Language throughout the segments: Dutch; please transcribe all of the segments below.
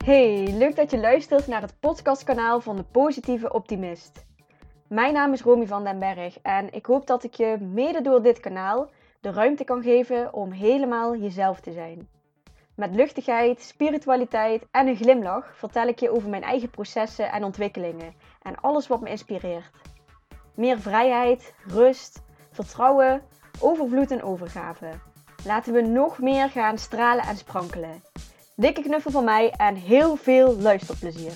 Hey, leuk dat je luistert naar het podcastkanaal van de Positieve Optimist. Mijn naam is Romy van den Berg en ik hoop dat ik je mede door dit kanaal de ruimte kan geven om helemaal jezelf te zijn. Met luchtigheid, spiritualiteit en een glimlach vertel ik je over mijn eigen processen en ontwikkelingen en alles wat me inspireert. Meer vrijheid, rust, vertrouwen, overvloed en overgave. Laten we nog meer gaan stralen en sprankelen. Dikke knuffel van mij en heel veel luisterplezier.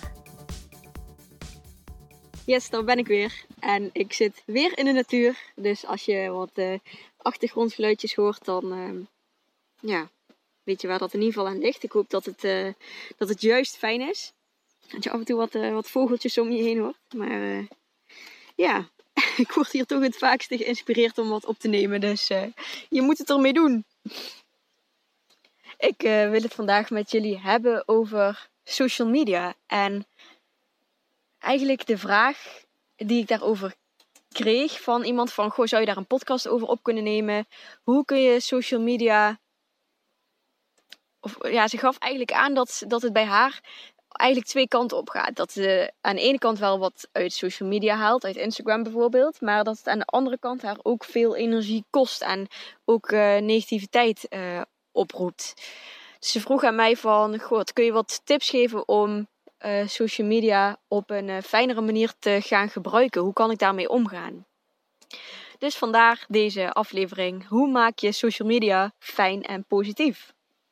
Yes, daar ben ik weer. En ik zit weer in de natuur. Dus als je wat achtergrondgeluidjes hoort, dan weet je waar dat in ieder geval aan ligt. Ik hoop dat het juist fijn is. Dat je af en toe wat vogeltjes om je heen hoort. Maar ik word hier toch het vaakste geïnspireerd om wat op te nemen. Dus je moet het ermee doen. Ik wil het vandaag met jullie hebben over social media. En eigenlijk de vraag die ik daarover kreeg van iemand van... Goh, zou je daar een podcast over op kunnen nemen? Hoe kun je social media... Ze gaf eigenlijk aan dat het bij haar eigenlijk twee kanten op gaat. Dat ze aan de ene kant wel wat uit social media haalt, uit Instagram bijvoorbeeld. Maar dat het aan de andere kant haar ook veel energie kost en ook negativiteit oproept. Dus ze vroeg aan mij van, God, kun je wat tips geven om social media op een fijnere manier te gaan gebruiken? Hoe kan ik daarmee omgaan? Dus vandaar deze aflevering. Hoe maak je social media fijn en positief?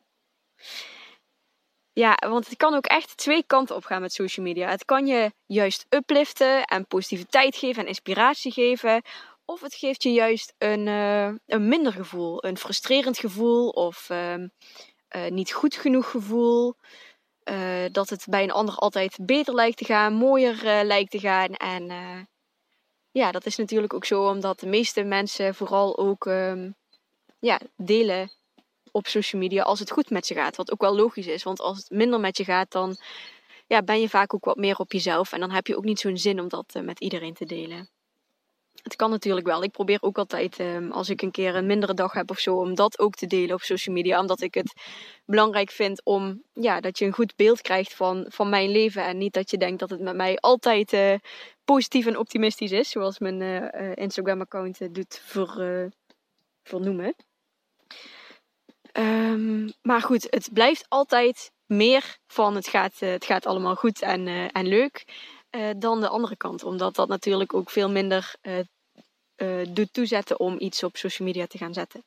Ja, want het kan ook echt twee kanten op gaan met social media. Het kan je juist upliften en positiviteit geven en inspiratie geven. Of het geeft je juist een minder gevoel, een frustrerend gevoel of niet goed genoeg gevoel. Dat het bij een ander altijd beter lijkt te gaan, mooier lijkt te gaan. En dat is natuurlijk ook zo omdat de meeste mensen vooral ook delen op social media als het goed met ze gaat. Wat ook wel logisch is, want als het minder met je gaat, dan ben je vaak ook wat meer op jezelf. En dan heb je ook niet zo'n zin om dat met iedereen te delen. Het kan natuurlijk wel. Ik probeer ook altijd, als ik een keer een mindere dag heb of zo, om dat ook te delen op social media. Omdat ik het belangrijk vind om, dat je een goed beeld krijgt van mijn leven. En niet dat je denkt dat het met mij altijd positief en optimistisch is. Zoals mijn Instagram-account doet vernoemen. Maar goed, het blijft altijd meer van het gaat allemaal goed en leuk dan de andere kant. Omdat dat natuurlijk ook veel minder doet toezetten om iets op social media te gaan zetten.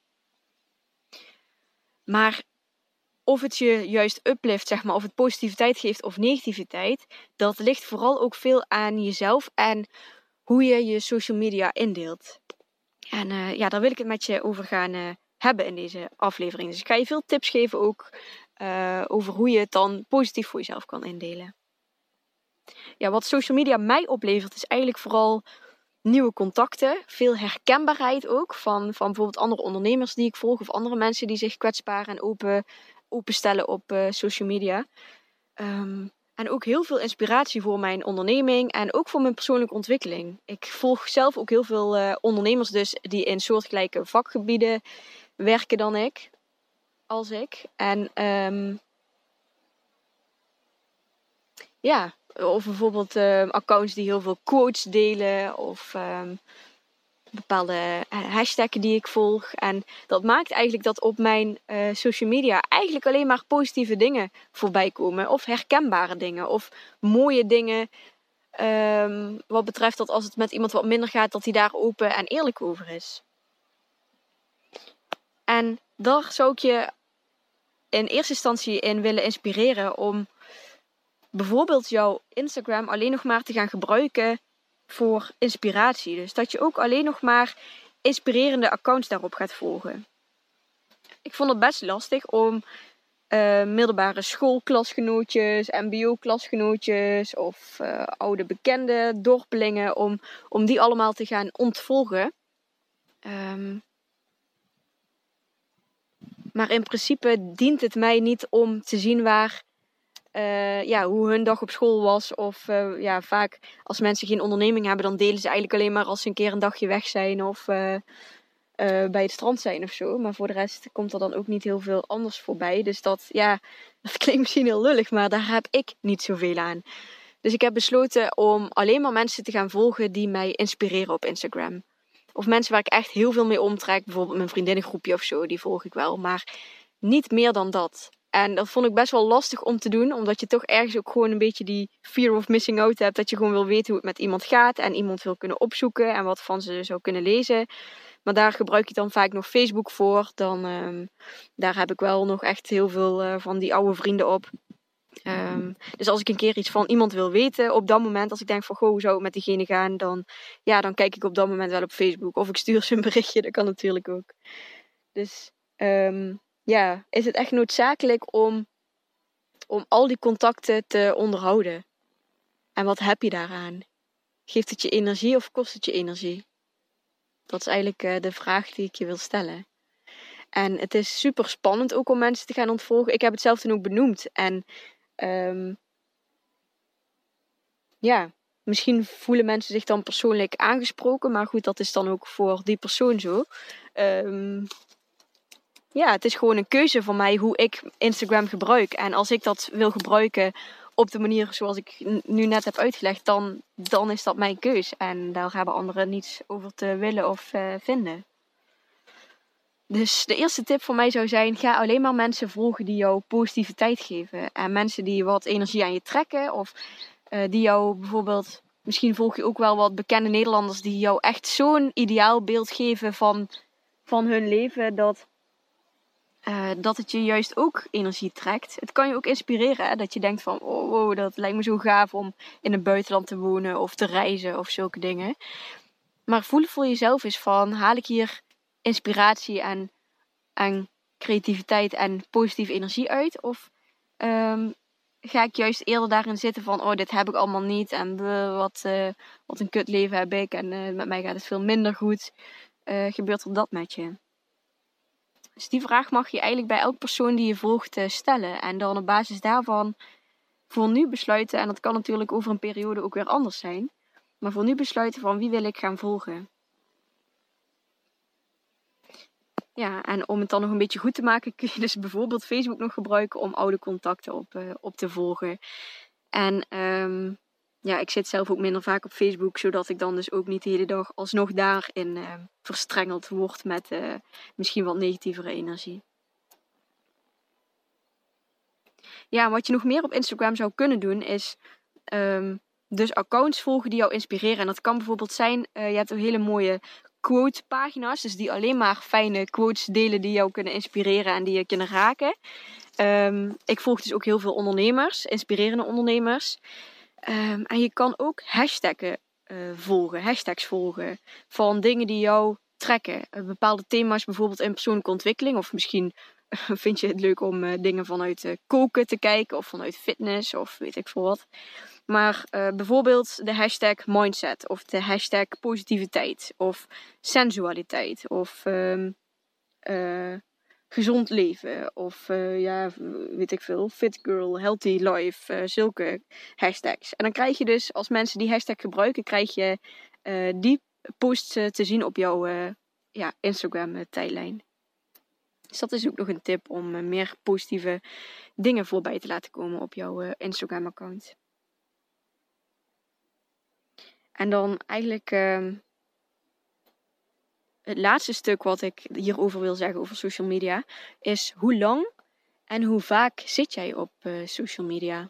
Maar of het je juist uplift, zeg maar, of het positiviteit geeft of negativiteit, dat ligt vooral ook veel aan jezelf en hoe je je social media indeelt. En daar wil ik het met je over gaan hebben in deze aflevering. Dus ik ga je veel tips geven ook over hoe je het dan positief voor jezelf kan indelen. Ja, wat social media mij oplevert is eigenlijk vooral nieuwe contacten. Veel herkenbaarheid ook van bijvoorbeeld andere ondernemers die ik volg of andere mensen die zich kwetsbaar en openstellen op social media. En ook heel veel inspiratie voor mijn onderneming en ook voor mijn persoonlijke ontwikkeling. Ik volg zelf ook heel veel ondernemers dus die in soortgelijke vakgebieden werken dan ik. En of bijvoorbeeld accounts die heel veel quotes delen of bepaalde hashtags die ik volg. En dat maakt eigenlijk dat op mijn social media eigenlijk alleen maar positieve dingen voorbij komen. Of herkenbare dingen of mooie dingen. Wat betreft dat als het met iemand wat minder gaat, dat hij daar open en eerlijk over is. En daar zou ik je in eerste instantie in willen inspireren om bijvoorbeeld jouw Instagram alleen nog maar te gaan gebruiken voor inspiratie. Dus dat je ook alleen nog maar inspirerende accounts daarop gaat volgen. Ik vond het best lastig om middelbare schoolklasgenootjes, mbo-klasgenootjes of oude bekende dorpelingen om die allemaal te gaan ontvolgen. Maar in principe dient het mij niet om te zien hoe hun dag op school was. Of vaak als mensen geen onderneming hebben, dan delen ze eigenlijk alleen maar als ze een keer een dagje weg zijn. Of bij het strand zijn of zo. Maar voor de rest komt er dan ook niet heel veel anders voorbij. Dus dat klinkt misschien heel lullig, maar daar heb ik niet zoveel aan. Dus ik heb besloten om alleen maar mensen te gaan volgen die mij inspireren op Instagram. Of mensen waar ik echt heel veel mee omtrek. Bijvoorbeeld mijn vriendinnengroepje of zo, die volg ik wel. Maar niet meer dan dat. En dat vond ik best wel lastig om te doen. Omdat je toch ergens ook gewoon een beetje die fear of missing out hebt. Dat je gewoon wil weten hoe het met iemand gaat. En iemand wil kunnen opzoeken. En wat van ze zou kunnen lezen. Maar daar gebruik je dan vaak nog Facebook voor. Daar heb ik wel nog echt heel veel van die oude vrienden op. Dus als ik een keer iets van iemand wil weten, op dat moment, als ik denk van, goh, hoe zou het met diegene gaan, dan kijk ik op dat moment wel op Facebook. Of ik stuur ze een berichtje, dat kan natuurlijk ook. Dus is het echt noodzakelijk om al die contacten te onderhouden? En wat heb je daaraan? Geeft het je energie of kost het je energie? Dat is eigenlijk de vraag die ik je wil stellen. En het is super spannend ook om mensen te gaan ontvolgen. Ik heb het zelf toen ook benoemd. En misschien voelen mensen zich dan persoonlijk aangesproken. Maar goed, dat is dan ook voor die persoon zo. Het is gewoon een keuze van mij hoe ik Instagram gebruik. En als ik dat wil gebruiken op de manier zoals ik nu net heb uitgelegd, dan is dat mijn keus. En daar hebben anderen niets over te willen of vinden. Dus de eerste tip voor mij zou zijn, ga alleen maar mensen volgen die jou positiviteit geven. En mensen die wat energie aan je trekken. Of die jou bijvoorbeeld, misschien volg je ook wel wat bekende Nederlanders die jou echt zo'n ideaal beeld geven van hun leven. Dat het je juist ook energie trekt. Het kan je ook inspireren. Hè? Dat je denkt van, oh, wow, dat lijkt me zo gaaf om in het buitenland te wonen of te reizen of zulke dingen. Maar voel voor jezelf eens van, haal ik hier inspiratie en creativiteit en positieve energie uit? Of ga ik juist eerder daarin zitten van, oh, dit heb ik allemaal niet. En wat een kut leven heb ik. En met mij gaat het veel minder goed. Gebeurt er dat met je? Dus die vraag mag je eigenlijk bij elke persoon die je volgt stellen. En dan op basis daarvan voor nu besluiten. En dat kan natuurlijk over een periode ook weer anders zijn. Maar voor nu besluiten van wie wil ik gaan volgen. Ja, en om het dan nog een beetje goed te maken, kun je dus bijvoorbeeld Facebook nog gebruiken om oude contacten op te volgen. En ik zit zelf ook minder vaak op Facebook, zodat ik dan dus ook niet de hele dag alsnog daarin verstrengeld word met misschien wat negatievere energie. Ja, en wat je nog meer op Instagram zou kunnen doen is dus accounts volgen die jou inspireren. En dat kan bijvoorbeeld zijn, je hebt een hele mooie quote-pagina's, dus die alleen maar fijne quotes delen die jou kunnen inspireren en die je kunnen raken. Ik volg dus ook heel veel ondernemers, inspirerende ondernemers. En je kan ook hashtags volgen van dingen die jou trekken. Bepaalde thema's bijvoorbeeld in persoonlijke ontwikkeling. Of misschien vind je het leuk om dingen vanuit koken te kijken of vanuit fitness of weet ik veel wat. Maar bijvoorbeeld de hashtag mindset of de hashtag positiviteit of sensualiteit of gezond leven of weet ik veel, fit girl, healthy life, zulke hashtags. En dan krijg je dus, als mensen die hashtag gebruiken, krijg je die posts te zien op jouw Instagram tijdlijn. Dus dat is ook nog een tip om meer positieve dingen voorbij te laten komen op jouw Instagram account. En dan eigenlijk het laatste stuk wat ik hierover wil zeggen over social media is hoe lang en hoe vaak zit jij op social media?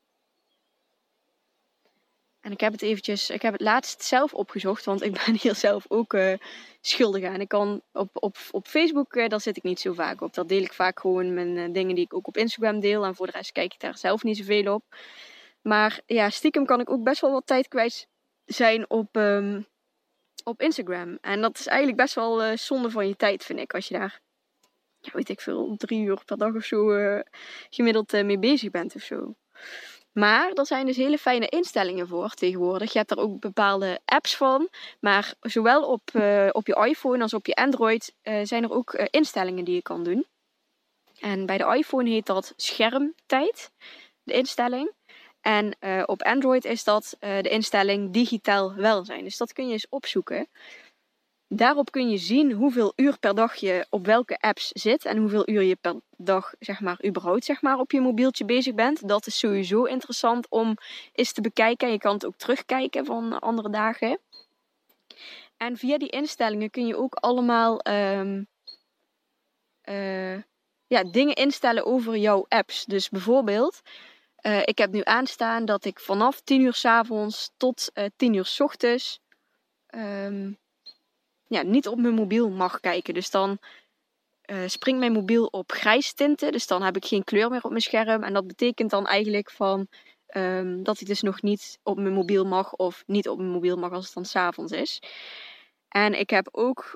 En ik heb het laatst zelf opgezocht, want ik ben hier zelf ook schuldig aan. Ik kan op Facebook, daar zit ik niet zo vaak op. Daar deel ik vaak gewoon mijn dingen die ik ook op Instagram deel. En voor de rest kijk ik daar zelf niet zoveel op. Maar ja, stiekem kan ik ook best wel wat tijd kwijt zijn op Instagram. En dat is eigenlijk best wel zonde van je tijd, vind ik. Als je daar, weet ik veel, 3 uur per dag of zo gemiddeld mee bezig bent of zo. Maar er zijn dus hele fijne instellingen voor tegenwoordig. Je hebt er ook bepaalde apps van. Maar zowel op je iPhone als op je Android zijn er ook instellingen die je kan doen. En bij de iPhone heet dat schermtijd, de instelling. En op Android is dat de instelling digitaal welzijn. Dus dat kun je eens opzoeken. Daarop kun je zien hoeveel uur per dag je op welke apps zit en hoeveel uur je per dag überhaupt op je mobieltje bezig bent. Dat is sowieso interessant om eens te bekijken. Je kan het ook terugkijken van andere dagen. En via die instellingen kun je ook allemaal dingen instellen over jouw apps. Dus bijvoorbeeld, ik heb nu aanstaan dat ik vanaf 10 uur 's avonds tot 10 uur 's ochtends niet op mijn mobiel mag kijken. Dus dan springt mijn mobiel op grijs tinten. Dus dan heb ik geen kleur meer op mijn scherm. En dat betekent dan eigenlijk dat ik dus nog niet op mijn mobiel mag. Of niet op mijn mobiel mag als het dan 's avonds is. En ik heb ook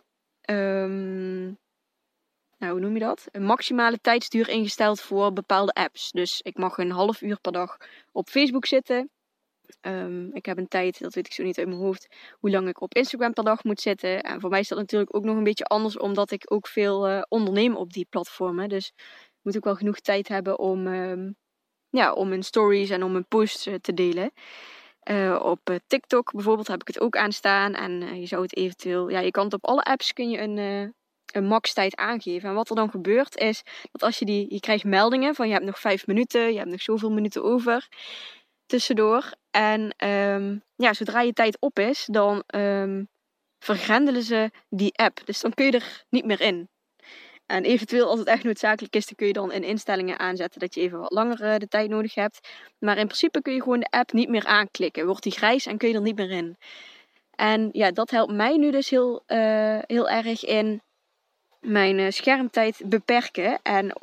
hoe noem je dat? Een maximale tijdsduur ingesteld voor bepaalde apps. Dus ik mag een half uur per dag op Facebook zitten. Ik heb een tijd, dat weet ik zo niet uit mijn hoofd, hoe lang ik op Instagram per dag moet zitten. En voor mij is dat natuurlijk ook nog een beetje anders, omdat ik ook veel onderneem op die platformen. Dus ik moet ook wel genoeg tijd hebben om mijn stories en om mijn posts te delen. Op TikTok bijvoorbeeld heb ik het ook aanstaan. En je zou het eventueel... je kan het op alle apps kun je een max tijd aangeven. En wat er dan gebeurt is dat als je krijgt meldingen van je hebt nog 5 minuten, je hebt nog zoveel minuten over tussendoor. En zodra je tijd op is, dan vergrendelen ze die app. Dus dan kun je er niet meer in. En eventueel als het echt noodzakelijk is, dan kun je dan in instellingen aanzetten dat je even wat langer de tijd nodig hebt. Maar in principe kun je gewoon de app niet meer aanklikken. Wordt die grijs en kun je er niet meer in. En dat helpt mij nu dus heel erg in mijn schermtijd beperken. En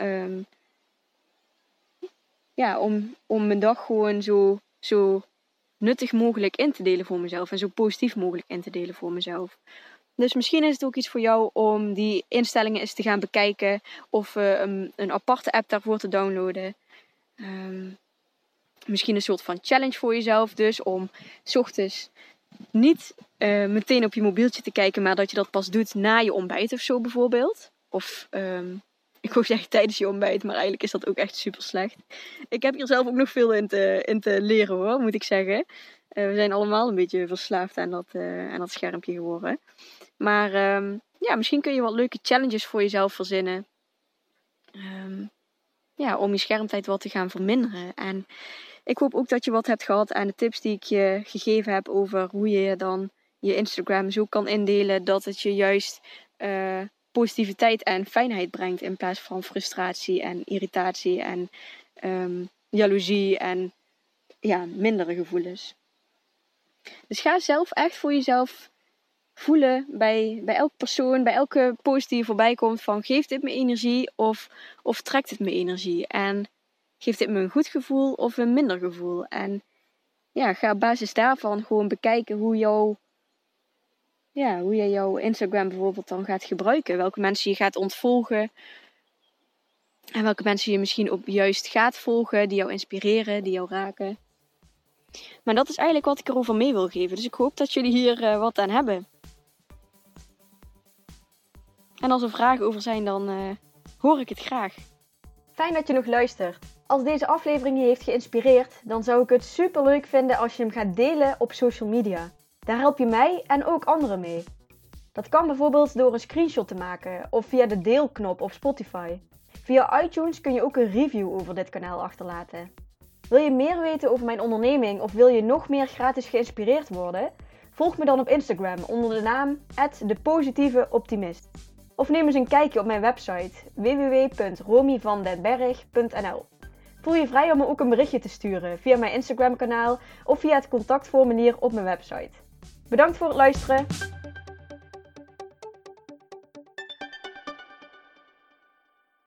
om mijn dag gewoon zo nuttig mogelijk in te delen voor mezelf. En zo positief mogelijk in te delen voor mezelf. Dus misschien is het ook iets voor jou om die instellingen eens te gaan bekijken. Of een aparte app daarvoor te downloaden. Misschien een soort van challenge voor jezelf. Dus om 's ochtends niet meteen op je mobieltje te kijken. Maar dat je dat pas doet na je ontbijt of zo bijvoorbeeld. Of ik wou zeggen tijdens je ontbijt. Maar eigenlijk is dat ook echt super slecht. Ik heb hier zelf ook nog veel in te leren hoor, moet ik zeggen. We zijn allemaal een beetje verslaafd aan dat schermpje geworden. Maar misschien kun je wat leuke challenges voor jezelf verzinnen. Om je schermtijd wat te gaan verminderen. En ik hoop ook dat je wat hebt gehad aan de tips die ik je gegeven heb over hoe je dan je Instagram zo kan indelen dat het je juist positiviteit en fijnheid brengt in plaats van frustratie en irritatie en jaloezie en mindere gevoelens. Dus ga zelf echt voor jezelf voelen bij elke persoon, bij elke post die je voorbij komt van geeft dit me energie of trekt het me energie? En geeft dit me een goed gevoel of een minder gevoel? En ga op basis daarvan gewoon bekijken hoe jij jouw Instagram bijvoorbeeld dan gaat gebruiken. Welke mensen je gaat ontvolgen. En welke mensen je misschien ook juist gaat volgen, die jou inspireren, die jou raken. Maar dat is eigenlijk wat ik erover mee wil geven. Dus ik hoop dat jullie hier wat aan hebben. En als er vragen over zijn, dan hoor ik het graag. Fijn dat je nog luistert. Als deze aflevering je heeft geïnspireerd, dan zou ik het super leuk vinden als je hem gaat delen op social media. Daar help je mij en ook anderen mee. Dat kan bijvoorbeeld door een screenshot te maken of via de deelknop op Spotify. Via iTunes kun je ook een review over dit kanaal achterlaten. Wil je meer weten over mijn onderneming of wil je nog meer gratis geïnspireerd worden? Volg me dan op Instagram onder de naam @depositieveoptimist. Of neem eens een kijkje op mijn website www.romyvandenberg.nl. Voel je vrij om me ook een berichtje te sturen via mijn Instagram kanaal of via het contactformulier op mijn website. Bedankt voor het luisteren!